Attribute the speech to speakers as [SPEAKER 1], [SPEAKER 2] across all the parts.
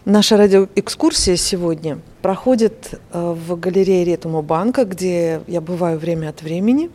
[SPEAKER 1] Наша радиоэкскурсия сегодня проходит в галерее Ретумобанка, где я бываю время от времени.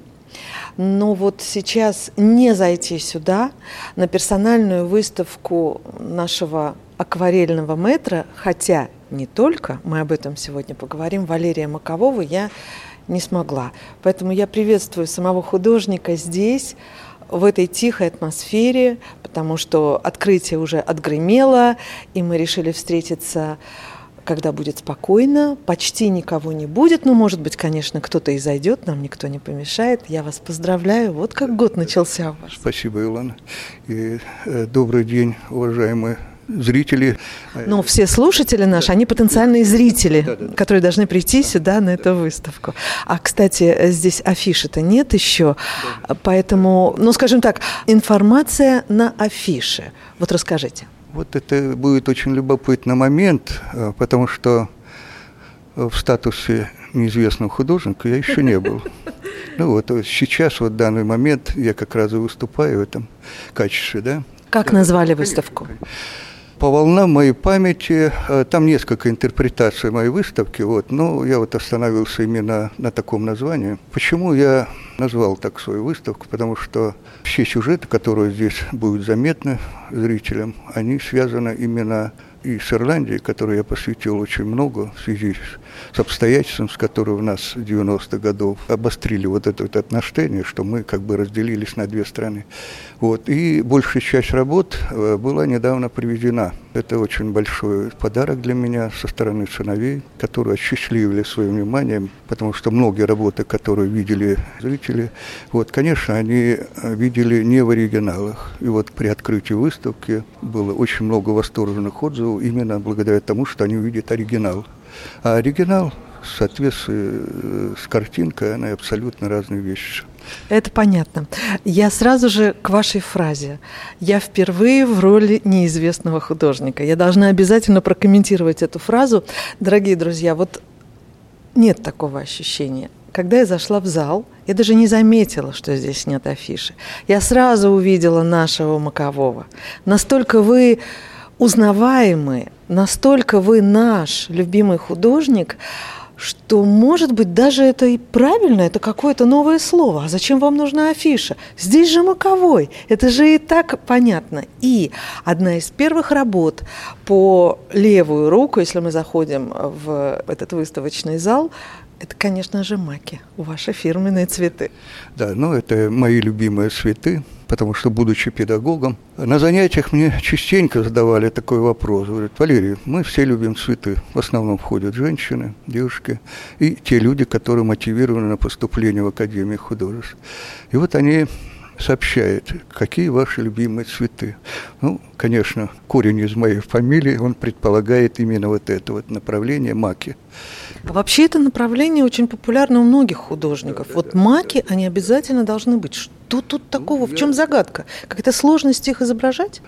[SPEAKER 1] Но вот сейчас не зайти сюда на персональную выставку нашего акварельного мэтра, хотя не только, мы об этом сегодня поговорим, Валерия Макового, я не смогла. Поэтому я приветствую самого художника здесь, в этой тихой атмосфере, потому что открытие уже отгремело, и мы решили встретиться, когда будет спокойно, почти никого не будет. Ну, может быть, конечно, кто-то и зайдет, нам никто не помешает. Я вас поздравляю. Вот как год начался у вас.
[SPEAKER 2] Спасибо, Илона. И добрый день, уважаемые зрители.
[SPEAKER 1] Ну, все слушатели наши, они потенциальные зрители, которые должны прийти сюда, на эту выставку. А, кстати, здесь афиши-то нет еще, поэтому, ну, скажем так, информация на афише. Вот расскажите.
[SPEAKER 2] Вот это будет очень любопытный момент, потому что в статусе неизвестного художника я еще не был. Ну вот сейчас, вот в данный момент, я как раз и выступаю в этом качестве, да.
[SPEAKER 1] Как назвали выставку?
[SPEAKER 2] По волнам моей памяти, там несколько интерпретаций моей выставки, вот, но я вот остановился именно на таком названии. Почему я назвал так свою выставку? Потому что все сюжеты, которые здесь будут заметны зрителям, они связаны именно и с Ирландией, которой я посвятил очень много в связи с обстоятельством, с которым у нас в 90-х годов обострили вот это вот отношение, что мы как бы разделились на две страны. Вот. И большая часть работ была недавно привезена. Это очень большой подарок для меня со стороны сыновей, которые осчастливили своим вниманием, потому что многие работы, которые видели зрители, вот, конечно, они видели не в оригиналах. И вот при открытии выставки было очень много восторженных отзывов именно благодаря тому, что они увидят оригинал. А оригинал в соответствии с картинкой, она абсолютно разные вещи.
[SPEAKER 1] Это понятно. Я сразу же к вашей фразе. Я впервые в роли неизвестного художника. Я должна обязательно прокомментировать эту фразу. Дорогие друзья, вот нет такого ощущения. Когда я зашла в зал, я даже не заметила, что здесь нет афиши. Я сразу увидела нашего Макового. Настолько вы узнаваемый, настолько вы наш любимый художник, что, может быть, даже это и правильно, это какое-то новое слово. А зачем вам нужна афиша? Здесь же Маковой. Это же и так понятно. И одна из первых работ по левую руку, если мы заходим в этот выставочный зал, это, конечно же, маки, ваши фирменные цветы.
[SPEAKER 2] Да, ну это мои любимые цветы, потому что, будучи педагогом, на занятиях мне частенько задавали такой вопрос. Говорят: Валерий, мы все любим цветы. В основном входят женщины, девушки и те люди, которые мотивированы на поступление в Академию художеств. И вот они сообщает, какие ваши любимые цветы. Ну, конечно, корень из моей фамилии, он предполагает именно вот это вот направление маки.
[SPEAKER 1] Вообще это направление очень популярно у многих художников. Вот маки, они обязательно должны быть. Что тут такого? В чем загадка? Какая-то сложность их изображать?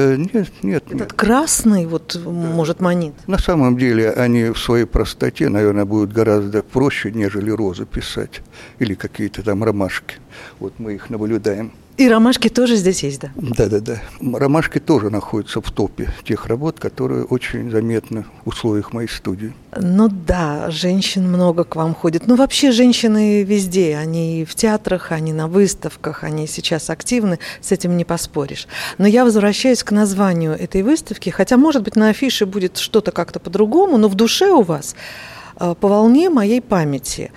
[SPEAKER 2] Нет.
[SPEAKER 1] Этот красный вот может манит.
[SPEAKER 2] На самом деле они в своей простоте, наверное, будут гораздо проще, нежели розы писать или какие-то там ромашки. Вот мы их наблюдаем.
[SPEAKER 1] И ромашки тоже здесь есть, да?
[SPEAKER 2] Да. Ромашки тоже находятся в топе тех работ, которые очень заметны в условиях моей студии.
[SPEAKER 1] Ну да, женщин много к вам ходит. Ну вообще женщины везде, они в театрах, они на выставках, они сейчас активны, с этим не поспоришь. Но я возвращаюсь к названию этой выставки, хотя, может быть, на афише будет что-то как-то по-другому, но в душе у вас по волне моей памяти.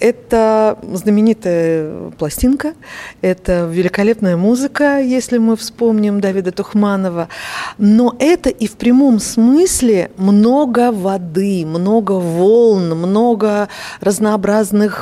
[SPEAKER 1] Это знаменитая пластинка, это великолепная музыка, если мы вспомним Давида Тухманова, но это и в прямом смысле много воды, много волн, много разнообразных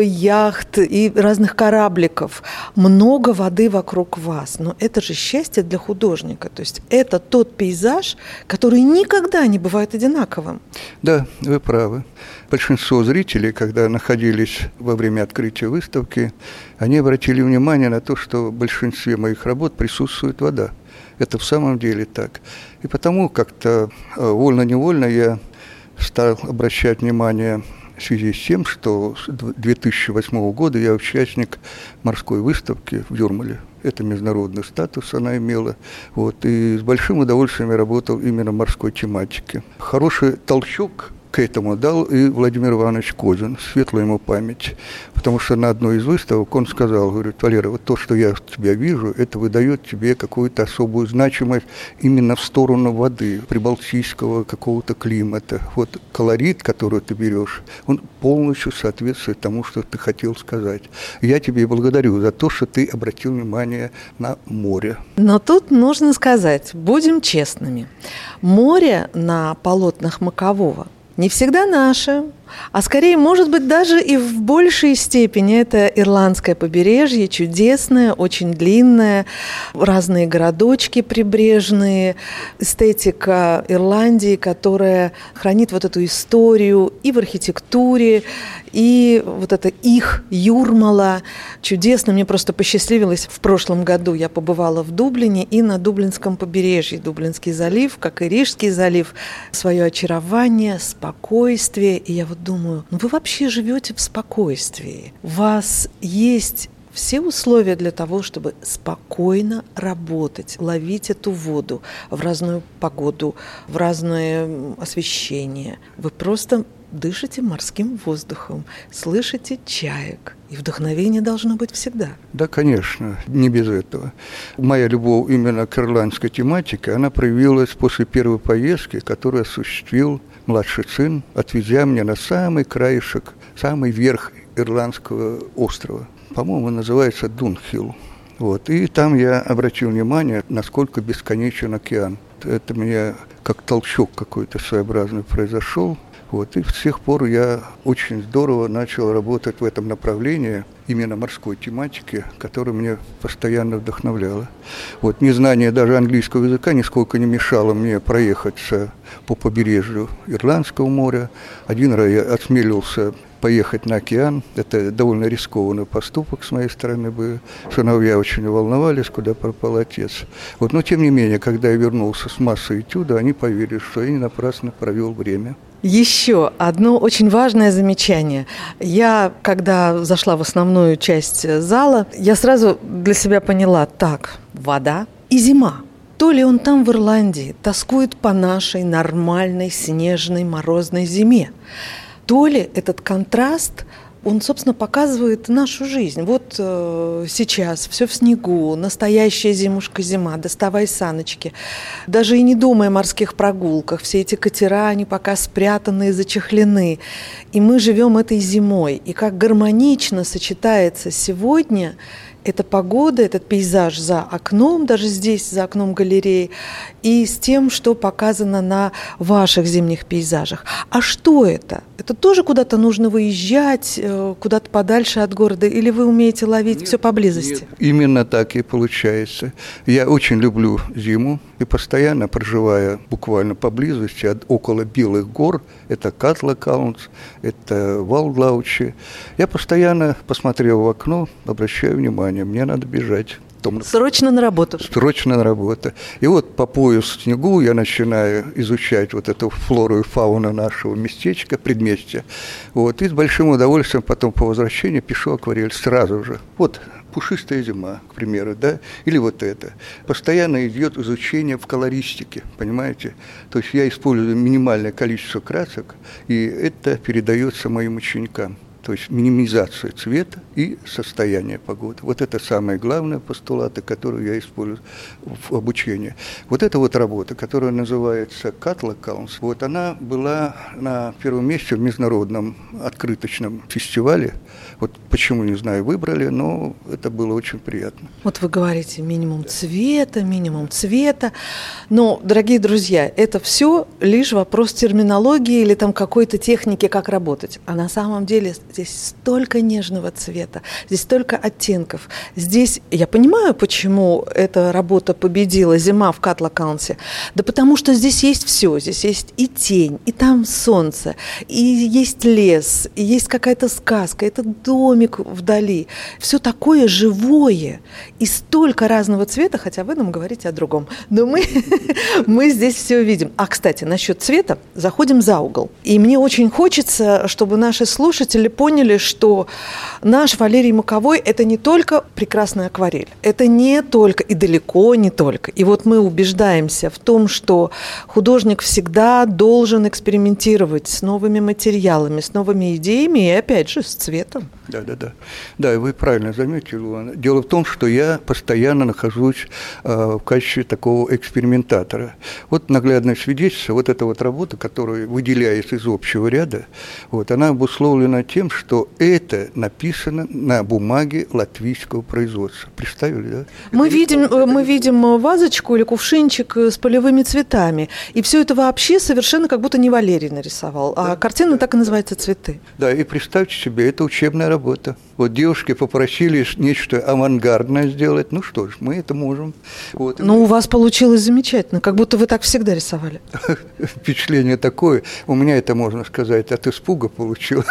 [SPEAKER 1] яхт и разных корабликов, много воды вокруг вас. Но это же счастье для художника, то есть это тот пейзаж, который никогда не бывает одинаковым.
[SPEAKER 2] Да, вы правы. Большинство зрителей, когда находились во время открытия выставки, они обратили внимание на то, что в большинстве моих работ присутствует вода. Это в самом деле так. И потому как-то вольно-невольно я стал обращать внимание в связи с тем, что с 2008 года я участник морской выставки в Юрмале. Это международный статус она имела. Вот, и с большим удовольствием я работал именно в морской тематике. Хороший толчок к этому дал и Владимир Иванович Козин, светлая ему память. Потому что на одной из выставок он сказал, говорит: Валера, вот то, что я тебя вижу, это выдает тебе какую-то особую значимость именно в сторону воды, прибалтийского какого-то климата. Вот колорит, который ты берешь, он полностью соответствует тому, что ты хотел сказать. Я тебе благодарю за то, что ты обратил внимание на море.
[SPEAKER 1] Но тут нужно сказать, будем честными, море на полотнах Макового не всегда наше, а скорее, может быть, даже и в большей степени это ирландское побережье, чудесное, очень длинное, разные городочки прибрежные, эстетика Ирландии, которая хранит вот эту историю и в архитектуре, и вот это их Юрмала. Чудесно, мне просто посчастливилось. В прошлом году я побывала в Дублине и на Дублинском побережье. Дублинский залив, как и Рижский залив, свое очарование, спокойствие. И я вот думаю, вы вообще живете в спокойствии. У вас есть все условия для того, чтобы спокойно работать, ловить эту воду в разную погоду, в разное освещение. Вы просто дышите морским воздухом, слышите чаек. И вдохновение должно быть всегда.
[SPEAKER 2] Да, конечно, не без этого. Моя любовь именно к ирландской тематике, она проявилась после первой поездки, которую осуществил младший сын, отвезя меня на самый краешек, самый верх ирландского острова. По-моему, называется Дунхилл. Вот. И там я обратил внимание, насколько бесконечен океан. Это мне как толчок какой-то своеобразный произошел. Вот. И с тех пор я очень здорово начал работать в этом направлении, именно морской тематики, которая мне постоянно вдохновляла. Вот. Незнание даже английского языка нисколько не мешало мне проехаться по побережью Ирландского моря. Один раз я осмелился поехать на океан. Это довольно рискованный поступок с моей стороны был. Сыновья очень волновались, куда пропал отец. Вот. Но тем не менее, когда я вернулся с массой этюда, они поверили, что я не напрасно провел время.
[SPEAKER 1] Еще одно очень важное замечание. Я, когда зашла в основную часть зала, я сразу для себя поняла, так, вода и зима. То ли он там в Ирландии тоскует по нашей нормальной снежной морозной зиме, то ли этот контраст, он, собственно, показывает нашу жизнь. Вот сейчас все в снегу, настоящая зимушка-зима, доставай саночки. Даже и не думая о морских прогулках, все эти катера, они пока спрятаны и зачехлены. И мы живем этой зимой. И как гармонично сочетается сегодня эта погода, этот пейзаж за окном, даже здесь, за окном галереи, и с тем, что показано на ваших зимних пейзажах. А что это? Это тоже куда-то нужно выезжать, куда-то подальше от города, или вы умеете ловить все поблизости?
[SPEAKER 2] Нет, именно так и получается. Я очень люблю зиму и постоянно проживая буквально поблизости, около Белых гор, это Катлакаунс, это Валдлаучи, я постоянно, посмотрев в окно, обращаю внимание, мне надо бежать.
[SPEAKER 1] Срочно на работу.
[SPEAKER 2] Срочно на работу. И вот по пояс в снегу я начинаю изучать вот эту флору и фауну нашего местечка, предместья. Вот. И с большим удовольствием потом по возвращению пишу акварель сразу же. Вот пушистая зима, к примеру, да, или вот это. Постоянно идет изучение в колористике, понимаете? То есть я использую минимальное количество красок, и это передается моим ученикам. То есть минимизация цвета и состояния погоды. Вот это самые главные постулаты, которые я использую в обучении. Вот эта вот работа, которая называется «Катлакаунс», вот она была на первом месте в международном открыточном фестивале. Вот почему, не знаю, выбрали, но это было очень приятно.
[SPEAKER 1] Вот вы говорите минимум цвета. Но, дорогие друзья, это все лишь вопрос терминологии или там какой-то техники, как работать. А на самом деле здесь столько нежного цвета, здесь столько оттенков. Здесь я понимаю, почему эта работа победила «Зима в Катла-Каунти». Да потому что здесь есть все. Здесь есть и тень, и там солнце, и есть лес, и есть какая-то сказка, этот домик вдали. Все такое живое и столько разного цвета, хотя вы нам говорите о другом. Но мы здесь все видим. А, кстати, насчет цвета заходим за угол. И мне очень хочется, чтобы наши слушатели поняли, что наш Валерий Маковой – это не только прекрасная акварель, это не только и далеко не только. И вот мы убеждаемся в том, что художник всегда должен экспериментировать с новыми материалами, с новыми идеями и, опять же, с цветом.
[SPEAKER 2] Да, вы правильно заметили, Илона. Дело в том, что я постоянно нахожусь в качестве такого экспериментатора. Вот наглядное свидетельство, вот эта вот работа, которая выделяется из общего ряда, вот, она обусловлена тем, что это написано на бумаге латвийского производства. Представили, да?
[SPEAKER 1] Мы видим вазочку или кувшинчик с полевыми цветами, и все это вообще совершенно как будто не Валерий нарисовал, а картина так и называется «Цветы».
[SPEAKER 2] Да, и представьте себе, это учебная работа. Вот девушки попросили нечто авангардное сделать. Ну что ж, мы это можем. Вот.
[SPEAKER 1] Но у вас получилось замечательно, как будто вы так всегда рисовали.
[SPEAKER 2] Впечатление такое. У меня это, можно сказать, от испуга получилось.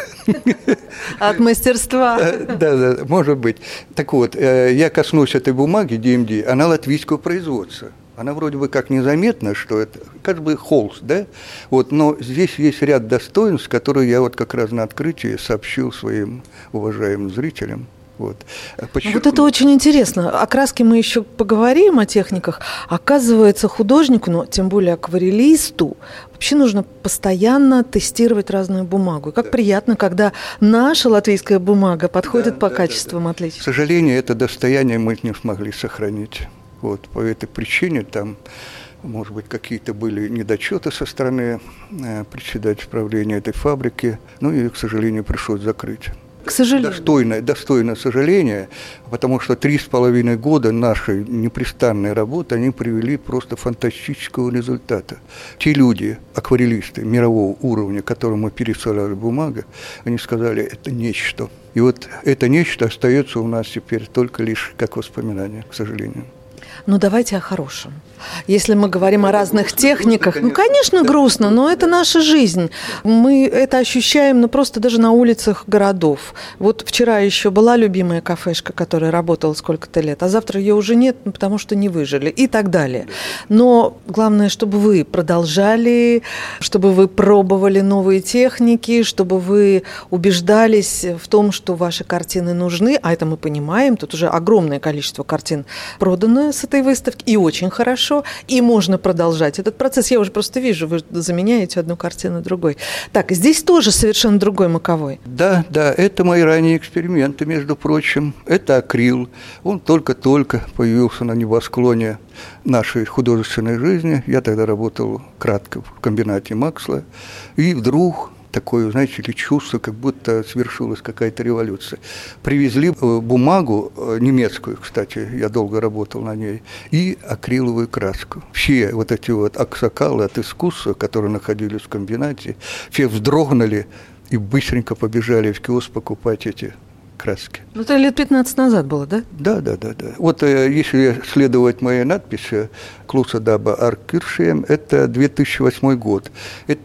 [SPEAKER 1] От мастерства.
[SPEAKER 2] Да, может быть. Так вот, я коснусь этой бумаги DMD, она латвийского производства. Она вроде бы как незаметна, что это как бы холст, да? Вот, но здесь есть ряд достоинств, которые я вот как раз на открытии сообщил своим уважаемым зрителям. Вот.
[SPEAKER 1] Вот это очень интересно. О краске мы еще поговорим, о техниках. Оказывается, художнику, но тем более акварелисту, вообще нужно постоянно тестировать разную бумагу. И как приятно, когда наша латвийская бумага подходит по качествам отлично.
[SPEAKER 2] К сожалению, это достояние мы не смогли сохранить. Вот, по этой причине там, может быть, какие-то были недочеты со стороны председателя правления этой фабрики, ну и, к сожалению, пришлось закрыть.
[SPEAKER 1] К сожалению.
[SPEAKER 2] Достойное сожаление, потому что 3,5 года нашей непрестанной работы, они привели просто фантастического результата. Те люди, акварелисты мирового уровня, которым мы пересылали бумагу, они сказали, это нечто. И вот это нечто остается у нас теперь только лишь как воспоминание, к сожалению.
[SPEAKER 1] Ну, давайте о хорошем. Если мы говорим о разных техниках, конечно, грустно, но это наша жизнь. Мы это ощущаем, просто даже на улицах городов. Вот вчера еще была любимая кафешка, которая работала сколько-то лет, а завтра ее уже нет, потому что не выжили и так далее. Но главное, чтобы вы продолжали, чтобы вы пробовали новые техники, чтобы вы убеждались в том, что ваши картины нужны, а это мы понимаем, тут уже огромное количество картин продано с этой выставки, и очень хорошо. И можно продолжать этот процесс. Я уже просто вижу, вы заменяете одну картину другой. Так, здесь тоже совершенно другой Маковой.
[SPEAKER 2] Да, это мои ранние эксперименты, между прочим. Это акрил. Он только-только появился на небосклоне нашей художественной жизни. Я тогда работал кратко в комбинате Максла. И вдруг такое, знаете ли, чувство, как будто свершилась какая-то революция. Привезли бумагу, немецкую, кстати, я долго работал на ней, и акриловую краску. Все вот эти вот аксакалы от искусства, которые находились в комбинате, все вздрогнули и быстренько побежали в киоск покупать эти краски.
[SPEAKER 1] Ну, это лет 15 назад было, да?
[SPEAKER 2] Да. Вот если следовать моей надписи «Клуса даба аркиршем», это 2008 год.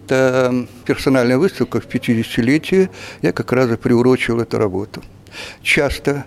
[SPEAKER 2] Это персональная выставка в 50-летие. Я как раз и приурочил эту работу. Часто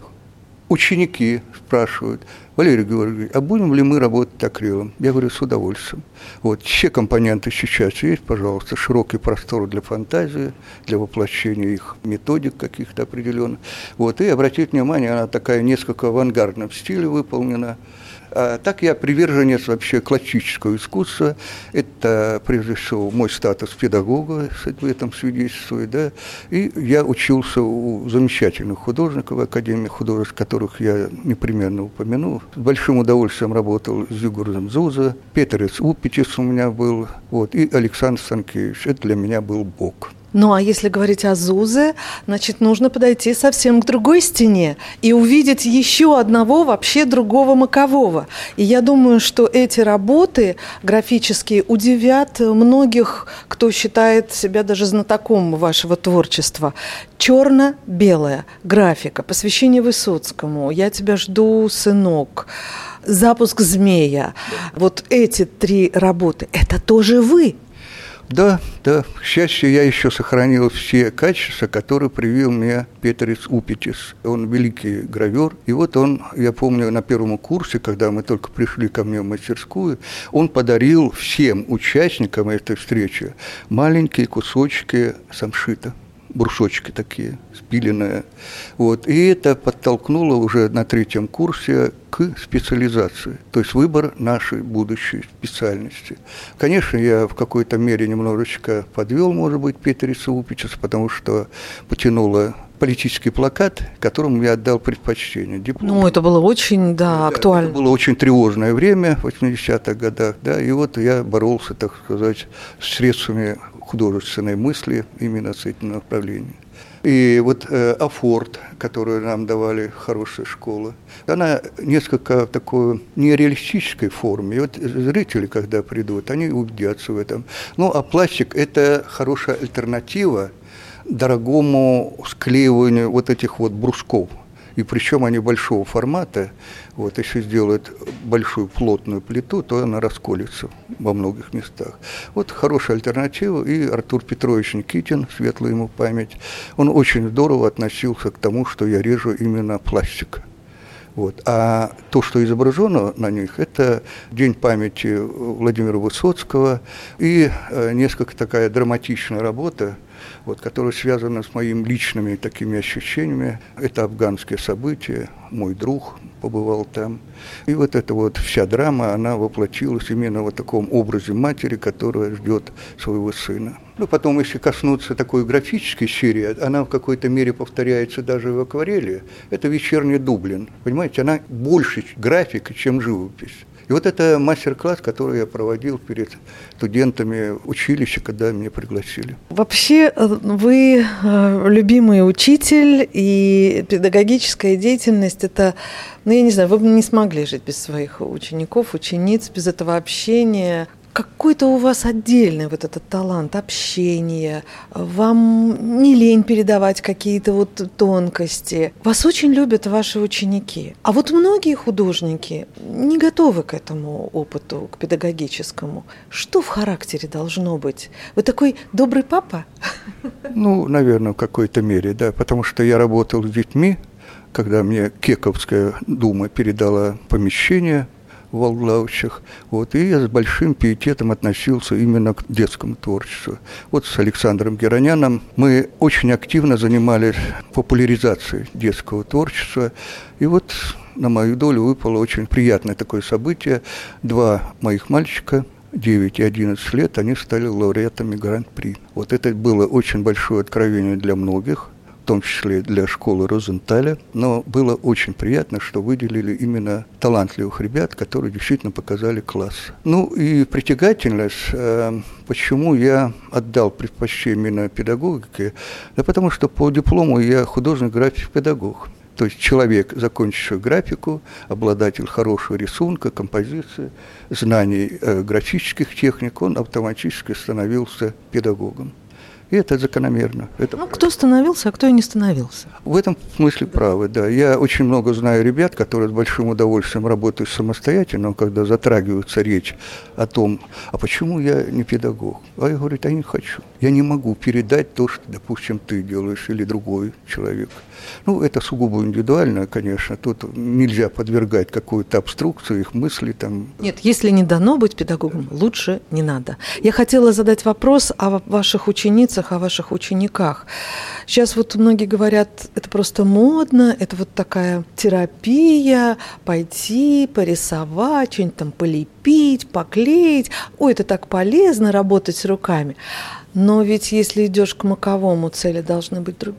[SPEAKER 2] ученики спрашивают: Валерий Георгиевич, а будем ли мы работать акрилом? Я говорю, с удовольствием. Вот, все компоненты сейчас есть, пожалуйста, широкий простор для фантазии, для воплощения их методик каких-то определенных. Вот, и обратите внимание, она такая несколько авангардном стиле выполнена. А так я приверженец вообще классического искусства. Это, прежде всего, мой статус педагога в этом свидетельствует. Да? И я учился у замечательных художников в Академии художеств, которых я непременно упомяну. С большим удовольствием работал с Зигурдом Зуза, Петерец Упитис у меня был, вот, и Александр Станкевич. Это для меня был Бог.
[SPEAKER 1] Ну, а если говорить о Зузе, значит, нужно подойти совсем к другой стене и увидеть еще одного вообще другого Макового. И я думаю, что эти работы графические удивят многих, кто считает себя даже знатоком вашего творчества. Черно-белая графика, посвящение Высоцкому, «Я тебя жду, сынок», «Запуск змея». Вот эти 3 работы – это тоже вы.
[SPEAKER 2] Да, к счастью, я еще сохранил все качества, которые привил мне Петерис Упитис. Он великий гравер. И вот он, я помню, на первом курсе, когда мы только пришли ко мне в мастерскую, он подарил всем участникам этой встречи маленькие кусочки самшита. Брусочки такие, спиленные. Вот. И это подтолкнуло уже на 3-м курсе к специализации, то есть выбор нашей будущей специальности. Конечно, я в какой-то мере немножечко подвел, может быть, Петериса Упитиса, потому что потянуло политический плакат, которому я отдал предпочтение. Диплом.
[SPEAKER 1] Ну, это было очень, актуально.
[SPEAKER 2] Это было очень тревожное время в 80-х годах, и вот я боролся, так сказать, с средствами художественной мысли именно с этим направлением. И вот афорт, которую нам давали хорошая школа, она несколько в такой нереалистической форме. И вот зрители, когда придут, они убедятся в этом. Ну, а пластик – это хорошая альтернатива дорогому склеиванию вот этих вот брусков. И причем они большого формата. Вот, если сделать большую плотную плиту, то она расколется во многих местах. Вот хорошая альтернатива. И Артур Петрович Никитин, светлая ему память, он очень здорово относился к тому, что я режу именно пластик. Вот. А то, что изображено на них, это День памяти Владимира Высоцкого и несколько такая драматичная работа, вот, которая связана с моими личными такими ощущениями. Это афганские события, мой друг побывал там. И вот эта вот вся драма, она воплотилась именно в таком образе матери, которая ждет своего сына. Ну, потом, если коснуться такой графической серии, она в какой-то мере повторяется даже в акварели. Это «Вечерний Дублин». Понимаете, она больше графика, чем живопись. И вот это мастер-класс, который я проводил перед студентами училища, когда меня пригласили.
[SPEAKER 1] Вообще, вы любимый учитель, и педагогическая деятельность – это, я не знаю, вы бы не смогли жить без своих учеников, учениц, без этого общения. Какой-то у вас отдельный вот этот талант общения, вам не лень передавать какие-то вот тонкости. Вас очень любят ваши ученики. А вот многие художники не готовы к этому опыту, к педагогическому. Что в характере должно быть? Вы такой добрый папа?
[SPEAKER 2] Ну, наверное, в какой-то мере, да, потому что я работал с детьми, когда мне Кековская дума передала помещение в Волглаучах, вот, и я с большим пиететом относился именно к детскому творчеству. Вот с Александром Героняном мы очень активно занимались популяризацией детского творчества, и вот на мою долю выпало очень приятное такое событие. 2 моих мальчика, 9 и 11 лет, они стали лауреатами Гран-при. Вот это было очень большое откровение для многих, в том числе для школы Розенталя, но было очень приятно, что выделили именно талантливых ребят, которые действительно показали класс. Ну и притягательность, почему я отдал предпочтение именно педагогике, да потому что по диплому я художник-график-педагог. То есть человек, закончивший графику, обладатель хорошего рисунка, композиции, знаний графических техник, он автоматически становился педагогом. И это закономерно.
[SPEAKER 1] Кто становился, а кто и не становился.
[SPEAKER 2] В этом смысле правы, да. Я очень много знаю ребят, которые с большим удовольствием работают самостоятельно, но когда затрагивается речь о том, а почему я не педагог? А я говорю, я не хочу. Я не могу передать то, что, допустим, ты делаешь или другой человек. Ну, это сугубо индивидуально, конечно. Тут нельзя подвергать какую-то обструкцию их мысли. Там.
[SPEAKER 1] Нет, если не дано быть педагогом, лучше не надо. Я хотела задать вопрос о ваших ученицах, о ваших учениках. Сейчас вот многие говорят, это просто модно, это вот такая терапия, пойти, порисовать, что-нибудь там полепить, поклеить. Ой, это так полезно работать с руками. Но ведь если идешь к Маковому, цели должны быть другими.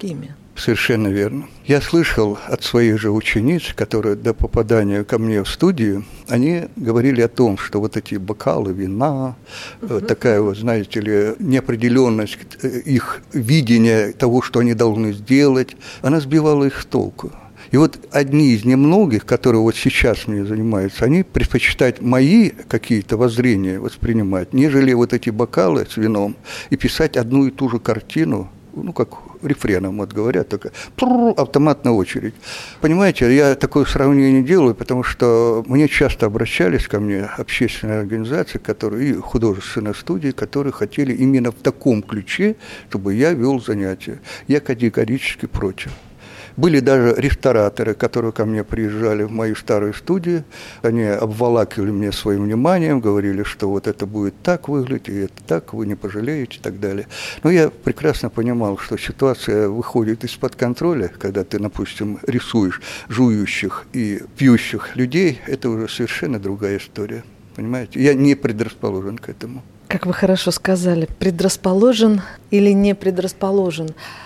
[SPEAKER 2] Совершенно верно. Я слышал от своих же учениц, которые до попадания ко мне в студию, они говорили о том, что вот эти бокалы вина, такая вот, знаете ли, неопределенность их видения того, что они должны сделать, она сбивала их с толку. И вот одни из немногих, которые вот сейчас мне занимаются, они предпочитают мои какие-то воззрения воспринимать, нежели вот эти бокалы с вином и писать одну и ту же картину, ну, как рефреном вот говорят, только автомат на очередь. Понимаете, я такое сравнение делаю, потому что мне часто обращались ко мне общественные организации, которые, и художественные студии, которые хотели именно в таком ключе, чтобы я вел занятия. Я категорически против. Были даже рестораторы, которые ко мне приезжали в мою старую студию, они обволакивали меня своим вниманием, говорили, что вот это будет так выглядеть, и это так, вы не пожалеете и так далее. Но я прекрасно понимал, что ситуация выходит из-под контроля, когда ты, допустим, рисуешь жующих и пьющих людей, это уже совершенно другая история. Понимаете? Я не предрасположен к этому.
[SPEAKER 1] Как вы хорошо сказали, предрасположен или не предрасположен.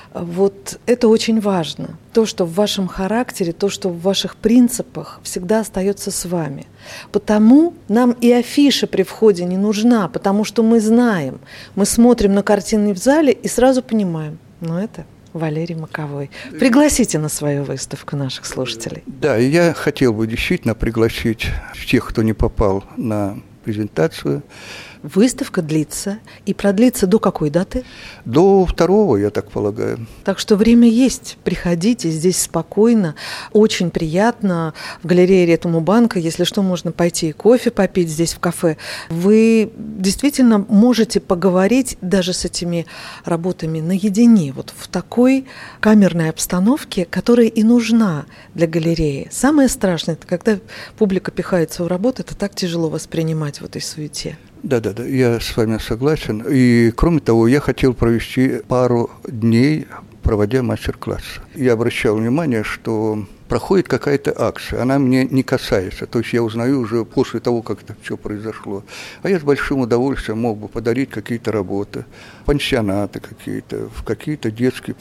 [SPEAKER 1] Вот это очень важно. То, что в вашем характере, то, что в ваших принципах всегда остается с вами. Потому нам и афиша при входе не нужна, потому что мы знаем, мы смотрим на картины в зале и сразу понимаем, это Валерий Маковой. Пригласите на свою выставку наших слушателей.
[SPEAKER 2] Да, я хотел бы действительно пригласить тех, кто не попал на презентацию.
[SPEAKER 1] Выставка длится и продлится до какой даты?
[SPEAKER 2] До 2, я так полагаю.
[SPEAKER 1] Так что время есть. Приходите, здесь спокойно, очень приятно. В галерее Ретумубанка, если что, можно пойти и кофе попить здесь в кафе. Вы действительно можете поговорить даже с этими работами наедине, вот в такой камерной обстановке, которая и нужна для галереи. Самое страшное, это когда публика пихается у работы, это так тяжело воспринимать в этой суете.
[SPEAKER 2] Да, я с вами согласен. И, кроме того, я хотел провести пару дней, проводя мастер-классы. Я обращал внимание, что проходит какая-то акция, она мне не касается, то есть я узнаю уже после того, как это все произошло. А я с большим удовольствием мог бы подарить какие-то работы, пансионаты какие-то, в какие-то детские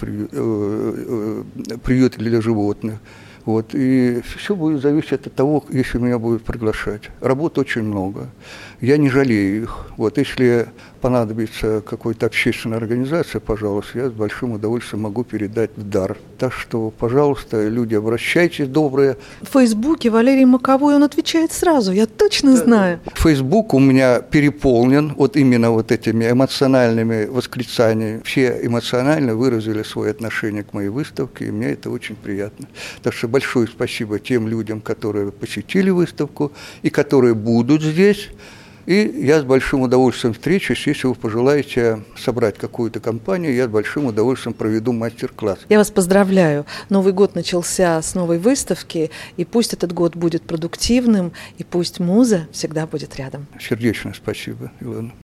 [SPEAKER 2] приюты для животных. Вот, и все будет зависеть от того, если меня будут приглашать. Работ очень много. Я не жалею их. Вот, если понадобится какой-то общественная организация, пожалуйста, я с большим удовольствием могу передать в дар. Так что, пожалуйста, люди, обращайтесь, добрые.
[SPEAKER 1] В Фейсбуке Валерий Маковой, он отвечает сразу, я точно знаю.
[SPEAKER 2] Фейсбук у меня переполнен вот именно вот этими эмоциональными восклицаниями. Все эмоционально выразили свое отношение к моей выставке, и мне это очень приятно. Так что большое спасибо тем людям, которые посетили выставку и которые будут здесь. И я с большим удовольствием встречусь, если вы пожелаете собрать какую-то компанию, я с большим удовольствием проведу мастер-класс.
[SPEAKER 1] Я вас поздравляю. Новый год начался с новой выставки, и пусть этот год будет продуктивным, и пусть муза всегда будет рядом.
[SPEAKER 2] Сердечное спасибо, Илона.